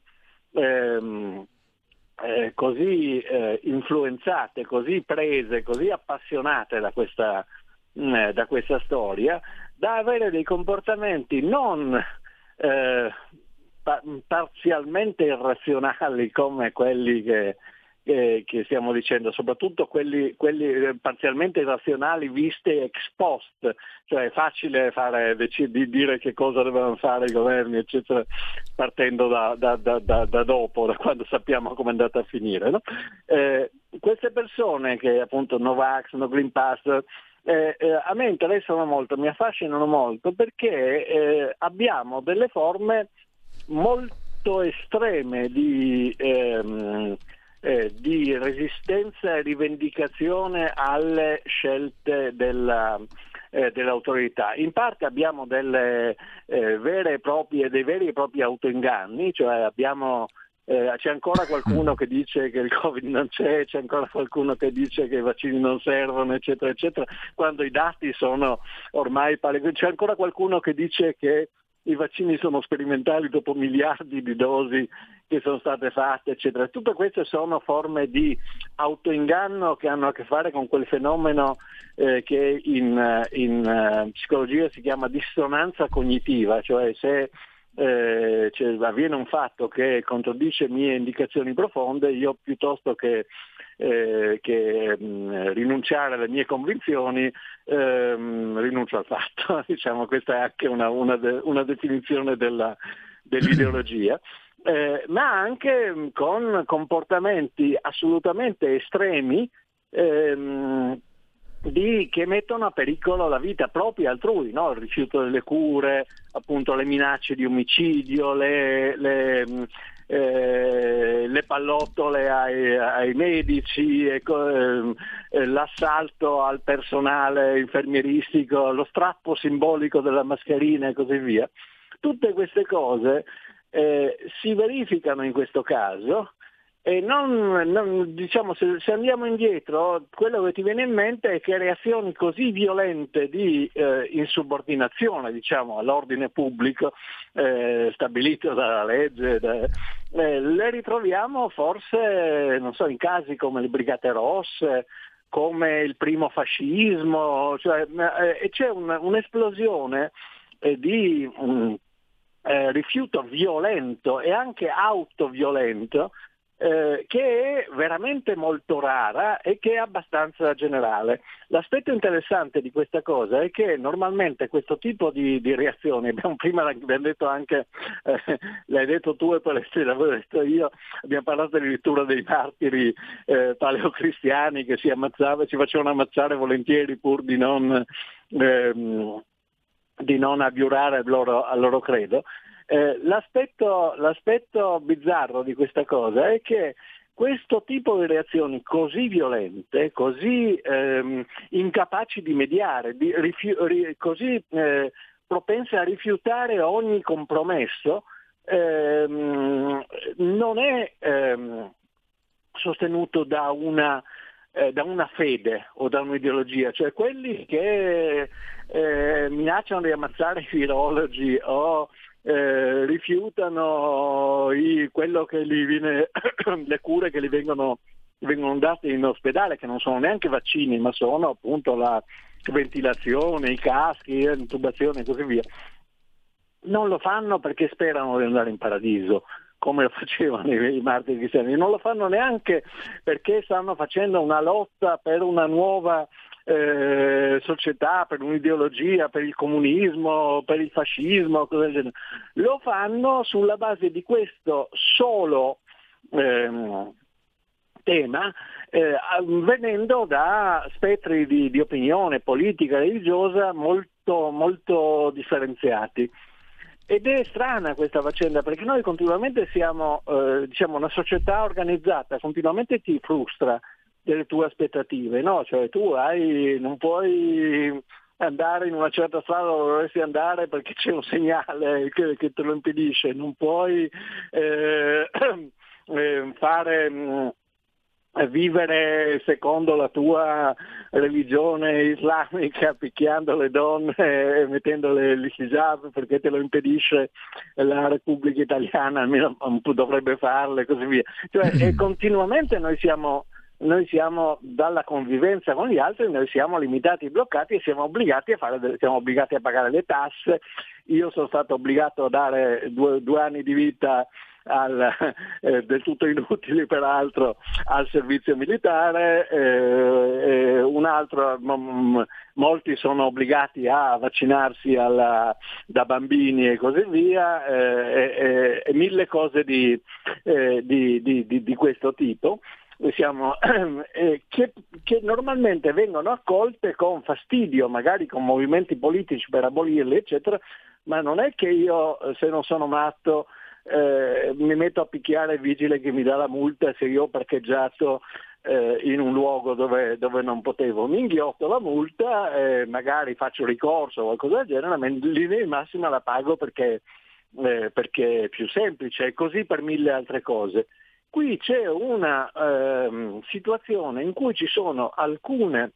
ehm, eh, così eh, influenzate, così prese, così appassionate da questa, eh, da questa storia, da avere dei comportamenti non eh, pa- parzialmente irrazionali come quelli che Eh, che stiamo dicendo, soprattutto quelli, quelli parzialmente irrazionali viste ex post, cioè è facile fare, dec- di dire che cosa dovevano fare i governi eccetera, partendo da, da, da, da, da dopo, da quando sappiamo come è andata a finire, no? Eh, queste persone che appunto no vax, no green pass, eh, eh, a me interessano molto, mi affascinano molto, perché eh, abbiamo delle forme molto estreme di ehm, Eh, di resistenza e rivendicazione alle scelte della, eh, dell'autorità. In parte abbiamo delle eh, vere e proprie, dei veri e propri autoinganni, cioè abbiamo eh, c'è ancora qualcuno che dice che il Covid non c'è, c'è ancora qualcuno che dice che i vaccini non servono, eccetera, eccetera, quando i dati sono ormai pare... c'è ancora qualcuno che dice che i vaccini sono sperimentali dopo miliardi di dosi che sono state fatte, eccetera. Tutte queste sono forme di autoinganno che hanno a che fare con quel fenomeno eh, che in, in uh, psicologia si chiama dissonanza cognitiva, cioè se eh, cioè, avviene un fatto che contraddice mie indicazioni profonde, io piuttosto che Eh, che mh, rinunciare alle mie convinzioni ehm, rinuncio al fatto. Diciamo, questa è anche una, una, de, una definizione della, dell'ideologia, eh, ma anche mh, con comportamenti assolutamente estremi ehm, di, che mettono a pericolo la vita propria altrui, no? Il rifiuto delle cure, appunto le minacce di omicidio, le, le mh, Eh, le pallottole ai, ai medici, ecco, eh, l'assalto al personale infermieristico, lo strappo simbolico della mascherina e così via. Tutte queste cose eh, si verificano in questo caso E non, non diciamo, se, se andiamo indietro, quello che ti viene in mente è che reazioni così violente di eh, insubordinazione, diciamo, all'ordine pubblico eh, stabilito dalla legge, da, eh, le ritroviamo forse, non so, in casi come le Brigate Rosse, come il primo fascismo, cioè, eh, e c'è un, un'esplosione eh, di um, eh, rifiuto violento e anche autoviolento Eh, che è veramente molto rara e che è abbastanza generale. L'aspetto interessante di questa cosa è che normalmente questo tipo di, di reazioni, abbiamo prima abbiamo detto anche, eh, l'hai detto tu e poi l'avevo detto io, abbiamo parlato addirittura dei martiri eh, paleocristiani che si ammazzavano, si facevano ammazzare volentieri pur di non, ehm, di non abiurare al loro, al loro credo. Eh, l'aspetto, l'aspetto bizzarro di questa cosa è che questo tipo di reazioni così violente, così ehm, incapaci di mediare, di rifiu- ri- così eh, propense a rifiutare ogni compromesso, ehm, non è ehm, sostenuto da una, eh, da una fede o da un'ideologia, cioè quelli che eh, minacciano di ammazzare i virologi o Eh, rifiutano i, quello che gli viene, le cure che gli vengono, vengono date in ospedale, che non sono neanche vaccini, ma sono appunto la ventilazione, i caschi, l'intubazione e così via. Non lo fanno perché sperano di andare in paradiso, come lo facevano i, i martiri cristiani, non lo fanno neanche perché stanno facendo una lotta per una nuova Eh, società, per un'ideologia, per il comunismo, per il fascismo, cose del genere. Lo fanno sulla base di questo solo ehm, tema, eh, venendo da spettri di, di opinione politica e religiosa molto, molto differenziati. Ed è strana questa faccenda perché noi continuamente siamo eh, diciamo una società organizzata, continuamente ti frustra delle tue aspettative, no? Cioè tu hai, non puoi andare in una certa strada dove dovresti andare perché c'è un segnale che, che te lo impedisce, non puoi eh, eh, fare mh, vivere secondo la tua religione islamica picchiando le donne e mettendole gli hijab perché te lo impedisce la Repubblica Italiana, almeno dovrebbe farle e così via. Cioè e continuamente noi siamo Noi siamo dalla convivenza con gli altri, noi siamo limitati, bloccati e siamo obbligati a fare, siamo obbligati a pagare le tasse. Io sono stato obbligato a dare due, due anni di vita al, eh, del tutto inutili peraltro al servizio militare, eh, eh, un altro, m- molti sono obbligati a vaccinarsi alla, da bambini e così via, eh, e, e mille cose di, eh, di, di, di, di questo tipo. Siamo, eh, che, che normalmente vengono accolte con fastidio, magari con movimenti politici per abolirli, eccetera, ma non è che io, se non sono matto, eh, mi metto a picchiare il vigile che mi dà la multa se io ho parcheggiato eh, in un luogo dove, dove non potevo. Mi inghiotto la multa, eh, magari faccio ricorso o qualcosa del genere, ma in linea di massima la pago perché, eh, perché è più semplice, e così per mille altre cose. Qui c'è una ehm, situazione in cui ci sono alcune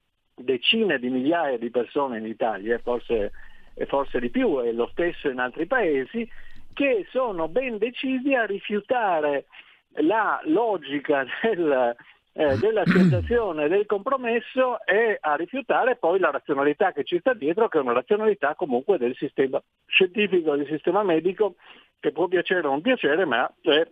decine di migliaia di persone in Italia, forse, e forse di più, e lo stesso in altri paesi, che sono ben decisi a rifiutare la logica del, eh, dell'accettazione del compromesso e a rifiutare poi la razionalità che ci sta dietro, che è una razionalità comunque del sistema scientifico, del sistema medico, che può piacere o non piacere, ma è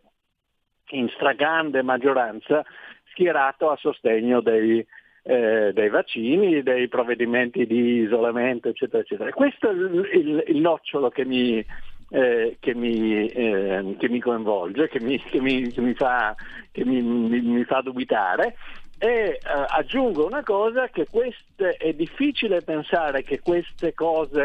in stragrande maggioranza schierato a sostegno dei, eh, dei vaccini, dei provvedimenti di isolamento, eccetera, eccetera. Questo è il, il, il nocciolo che mi, eh, che mi, eh, che mi coinvolge, che mi, che mi, che mi, fa, che mi, mi, mi fa dubitare. E eh, aggiungo una cosa, che queste, è difficile pensare che queste cose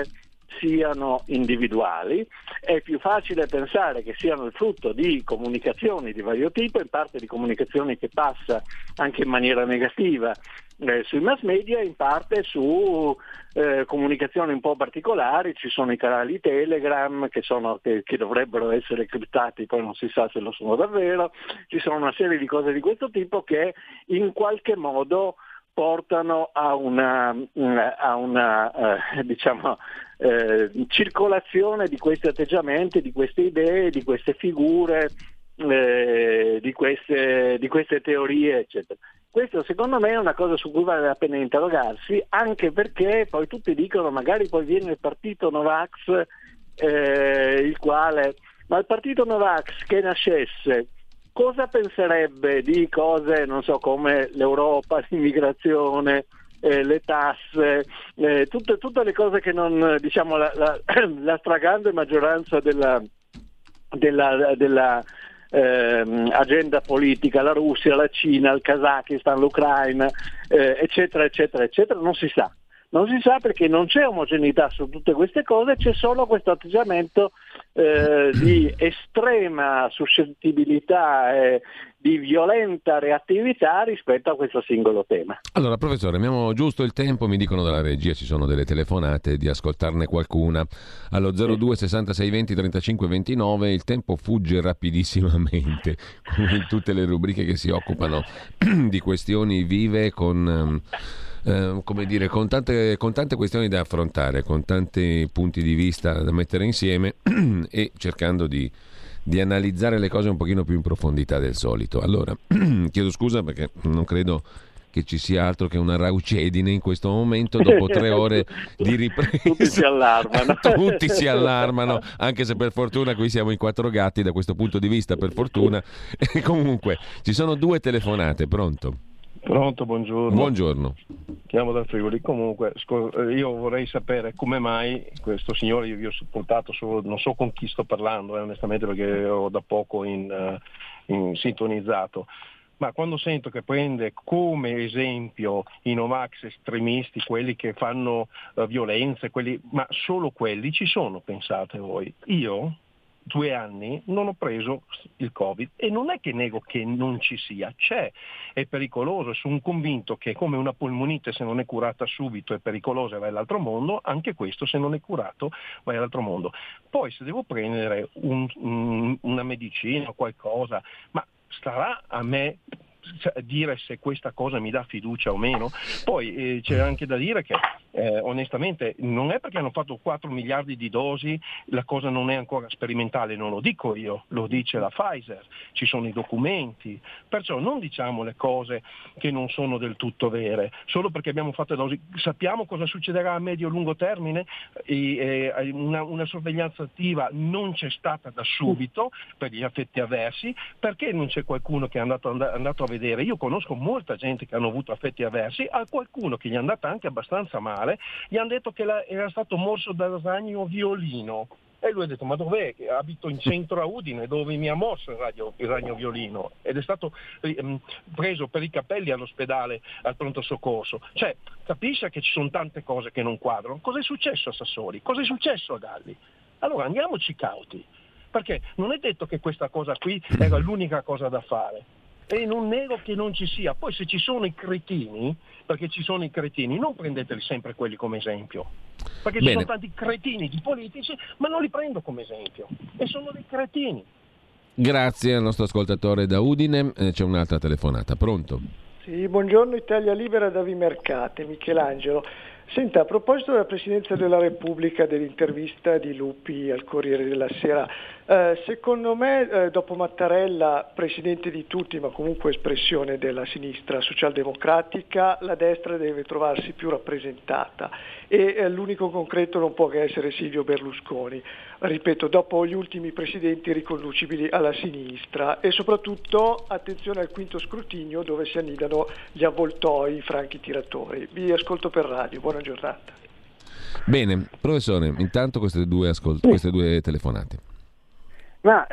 siano individuali, è più facile pensare che siano il frutto di comunicazioni di vario tipo, in parte di comunicazioni che passa anche in maniera negativa eh, sui mass media, in parte su eh, comunicazioni un po' particolari. Ci sono i canali Telegram che, sono, che, che dovrebbero essere criptati, poi non si sa se lo sono davvero, ci sono una serie di cose di questo tipo che in qualche modo portano a una, a una eh, diciamo, eh, circolazione di questi atteggiamenti, di queste idee, di queste figure, eh, di, queste, di queste teorie, eccetera. Questo secondo me è una cosa su cui vale la pena interrogarsi, anche perché poi tutti dicono magari poi viene il partito Novax, eh, il quale, ma il partito Novax che nascesse cosa penserebbe di cose, non so, come l'Europa, l'immigrazione, eh, le tasse, eh, tutte, tutte le cose che non, diciamo, la, la, la stragrande maggioranza della, della, della eh, agenda politica, la Russia, la Cina, il Kazakistan, l'Ucraina, eh, eccetera, eccetera, eccetera, non si sa. Non si sa perché non c'è omogeneità su tutte queste cose, c'è solo questo atteggiamento eh, di estrema suscettibilità e di violenta reattività rispetto a questo singolo tema. Allora, professore, abbiamo giusto il tempo, mi dicono dalla regia, ci sono delle telefonate, di ascoltarne qualcuna. Allo zero due sessantasei venti trentacinque ventinove il tempo fugge rapidissimamente, come in tutte le rubriche che si occupano di questioni vive con... Um, Uh, come dire, con tante, con tante questioni da affrontare, con tanti punti di vista da mettere insieme e cercando di, di analizzare le cose un pochino più in profondità del solito. Allora, chiedo scusa perché non credo che ci sia altro che una raucedine in questo momento, dopo tre ore di ripresa. Tutti si allarmano. Tutti si allarmano, anche se per fortuna qui siamo in quattro gatti da questo punto di vista, per fortuna. E comunque, ci sono due telefonate, pronto? Pronto, buongiorno. Buongiorno. Chiamo dal Friuli. Comunque, io vorrei sapere come mai questo signore, io vi ho supportato solo, non so con chi sto parlando, eh, onestamente, perché ho da poco in, in sintonizzato. Ma quando sento che prende come esempio i Novax estremisti, quelli che fanno uh, violenze, quelli, ma solo quelli ci sono, pensate voi? Io due anni non ho preso il Covid e non è che nego che non ci sia, c'è, è pericoloso, sono convinto che come una polmonite se non è curata subito è pericolosa e vai all'altro mondo, anche questo se non è curato vai all'altro mondo. Poi se devo prendere un, un, una medicina o qualcosa, ma starà a me dire se questa cosa mi dà fiducia o meno. Poi eh, c'è anche da dire che eh, onestamente non è perché hanno fatto quattro miliardi di dosi la cosa non è ancora sperimentale, non lo dico io, lo dice la Pfizer, ci sono i documenti, perciò non diciamo le cose che non sono del tutto vere solo perché abbiamo fatto dosi. Sappiamo cosa succederà a medio-lungo termine, e, e, una, una sorveglianza attiva non c'è stata da subito per gli effetti avversi, perché non c'è qualcuno che è andato, è andato a vedere. Io conosco molta gente che hanno avuto effetti avversi, a qualcuno che gli è andata anche abbastanza male, gli hanno detto che la, era stato morso dal ragno violino. E lui ha detto, ma dov'è? Abito in centro a Udine, dove mi ha morso il, radio, il ragno violino. Ed è stato ehm, preso per i capelli all'ospedale, al pronto soccorso. Cioè, capisce che ci sono tante cose che non quadrano. Cosa è successo a Sassoli? Cosa è successo a Galli? Allora andiamoci cauti, perché non è detto che questa cosa qui era l'unica cosa da fare. E non nego che non ci sia. Poi se ci sono i cretini, perché ci sono i cretini, non prendeteli sempre quelli come esempio, perché Bene. ci sono tanti cretini di politici, ma non li prendo come esempio, e sono dei cretini. Grazie al nostro ascoltatore da Udine. Eh, c'è un'altra telefonata, pronto? Sì, buongiorno Italia Libera da Vimercate, Michelangelo. Senta, a proposito della Presidenza della Repubblica, dell'intervista di Lupi al Corriere della Sera, eh, secondo me eh, dopo Mattarella, presidente di tutti ma comunque espressione della sinistra socialdemocratica, la destra deve trovarsi più rappresentata e eh, l'unico concreto non può che essere Silvio Berlusconi, ripeto, dopo gli ultimi presidenti riconducibili alla sinistra, e soprattutto attenzione al quinto scrutinio dove si annidano gli avvoltoi, i franchi tiratori. Vi ascolto per radio, buona giornata. Bene, professore, intanto queste due, ascol- queste due telefonate. Ma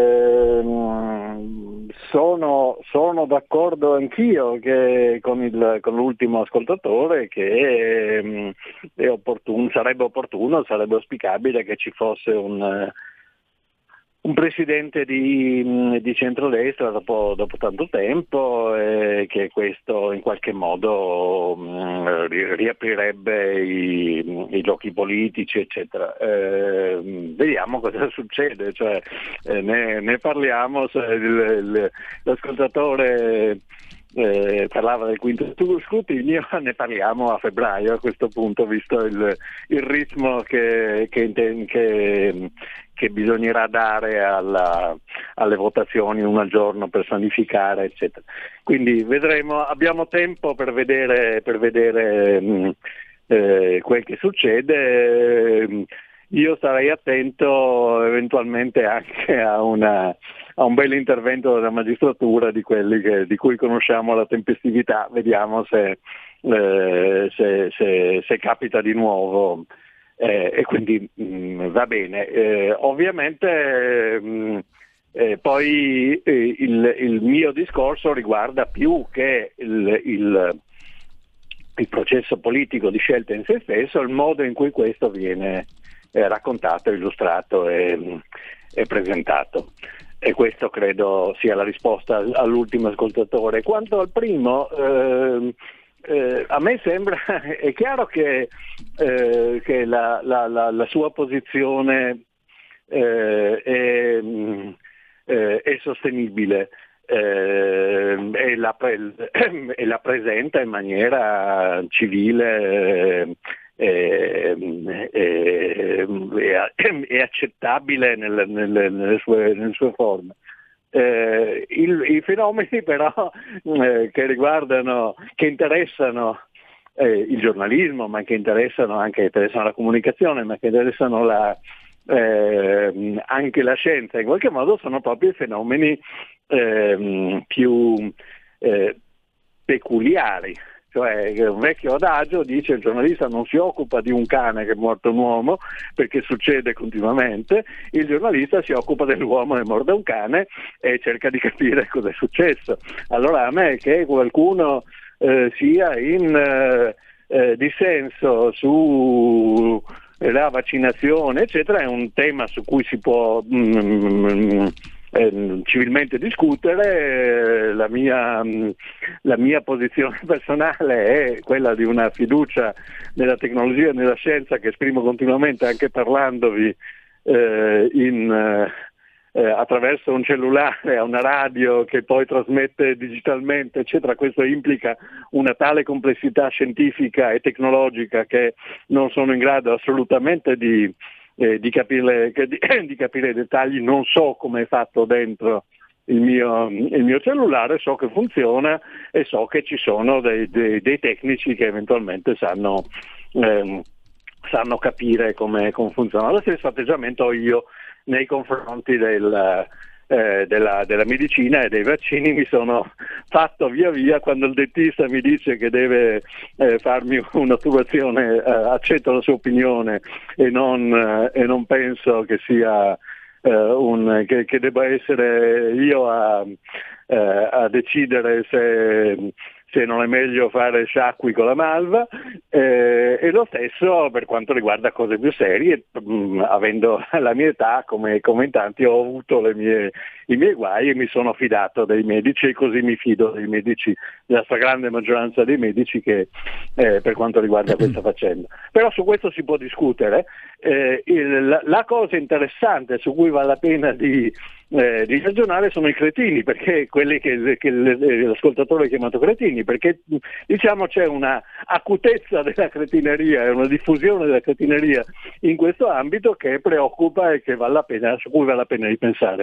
ehm, sono, sono d'accordo anch'io che con, il, con l'ultimo ascoltatore che ehm, è opportuno, sarebbe opportuno, sarebbe auspicabile che ci fosse un, un un presidente di, di centrodestra dopo, dopo tanto tempo, e che questo in qualche modo mh, riaprirebbe i, i giochi politici, eccetera. Eh, vediamo cosa succede, cioè, eh, ne, ne parliamo, se il, il, l'ascoltatore Eh, parlava del quinto scrutinio, ne parliamo a febbraio a questo punto, visto il, il ritmo che, che, che, che bisognerà dare alla, alle votazioni, uno al giorno per sanificare, eccetera. Quindi vedremo, abbiamo tempo per vedere, per vedere mh, eh, quel che succede. Io starei attento eventualmente anche a, una, a un bel intervento della magistratura, di quelli che, di cui conosciamo la tempestività, vediamo se, eh, se, se, se capita di nuovo, eh, e quindi mh, va bene. Eh, ovviamente mh, eh, poi eh, il, il mio discorso riguarda più che il, il, il processo politico di scelta in se stesso, il modo in cui questo viene è raccontato, illustrato e, e presentato, e questo credo sia la risposta all'ultimo ascoltatore. Quanto al primo, eh, eh, a me sembra, è chiaro che, eh, che la, la, la, la sua posizione eh, è, eh, è sostenibile, eh, e, la pre- e la presenta in maniera civile, eh, È, è, è accettabile nelle, nelle, nelle, sue, nelle sue forme. Eh, il, I fenomeni però eh, che riguardano, che interessano eh, il giornalismo, ma che interessano anche interessano la comunicazione, ma che interessano la, eh, anche la scienza, in qualche modo sono proprio i fenomeni eh, più eh, peculiari. Cioè, un vecchio adagio dice: il giornalista non si occupa di un cane che è morto un uomo, perché succede continuamente, il giornalista si occupa dell'uomo che morde un cane e cerca di capire cosa è successo. Allora, a me che qualcuno eh, sia in eh, eh, dissenso su la vaccinazione, eccetera, è un tema su cui si può mm, Eh, civilmente discutere. La mia, la mia posizione personale è quella di una fiducia nella tecnologia e nella scienza che esprimo continuamente, anche parlandovi eh, in, eh, attraverso un cellulare a una radio che poi trasmette digitalmente, eccetera. Questo implica una tale complessità scientifica e tecnologica che non sono in grado assolutamente di Eh, di, capire, di, di capire i dettagli. Non so come è fatto dentro il mio, il mio cellulare, so che funziona e so che ci sono dei, dei, dei tecnici che eventualmente sanno, ehm, sanno capire come, come funziona. Lo stesso atteggiamento ho io nei confronti del, eh, della, della medicina e dei vaccini. Mi sono fatto via via, quando il dentista mi dice che deve eh, farmi un'ottubazione, eh, accetto la sua opinione e non, eh, e non penso che sia eh, un, che, che debba essere io a, eh, a decidere se se non è meglio fare sciacqui con la malva, eh, e lo stesso per quanto riguarda cose più serie. Mh, avendo la mia età, come, come in tanti, ho avuto le mie, i miei guai e mi sono fidato dei medici, e così mi fido dei medici, della stragrande maggioranza dei medici che eh, per quanto riguarda questa faccenda. Però su questo si può discutere. Eh, il, la, la cosa interessante su cui vale la pena di Eh, di ragionare sono i cretini, perché quelli che, che l'ascoltatore ha chiamato cretini, perché diciamo c'è una acutezza della cretineria e una diffusione della cretineria in questo ambito che preoccupa e che vale la pena, su cui vale la pena ripensare.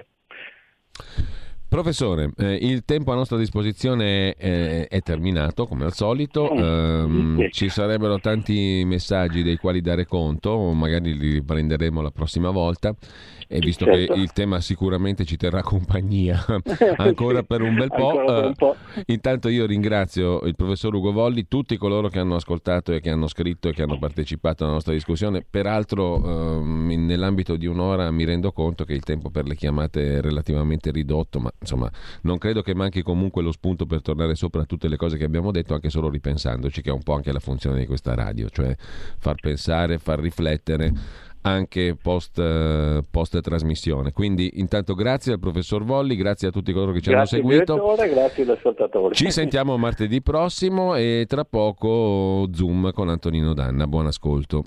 Professore, eh, il tempo a nostra disposizione è, è terminato, come al solito. Eh, ci sarebbero tanti messaggi dei quali dare conto, magari li riprenderemo la prossima volta, e visto certo. che il tema sicuramente ci terrà compagnia ancora per un bel po', per un po'. Eh, intanto io ringrazio il professor Ugo Volli, tutti coloro che hanno ascoltato e che hanno scritto e che hanno partecipato alla nostra discussione. Peraltro eh, nell'ambito di un'ora mi rendo conto che il tempo per le chiamate è relativamente ridotto, ma insomma non credo che manchi comunque lo spunto per tornare sopra tutte le cose che abbiamo detto, anche solo ripensandoci, che è un po' anche la funzione di questa radio, cioè far pensare, far riflettere, anche post, post trasmissione. Quindi intanto grazie al professor Volli, grazie a tutti coloro che ci grazie hanno seguito. Direttore, grazie agli ascoltatori. Ci sentiamo martedì prossimo e tra poco Zoom con Antonino Danna. Buon ascolto.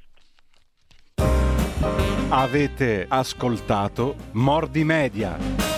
Avete ascoltato Mordi Media.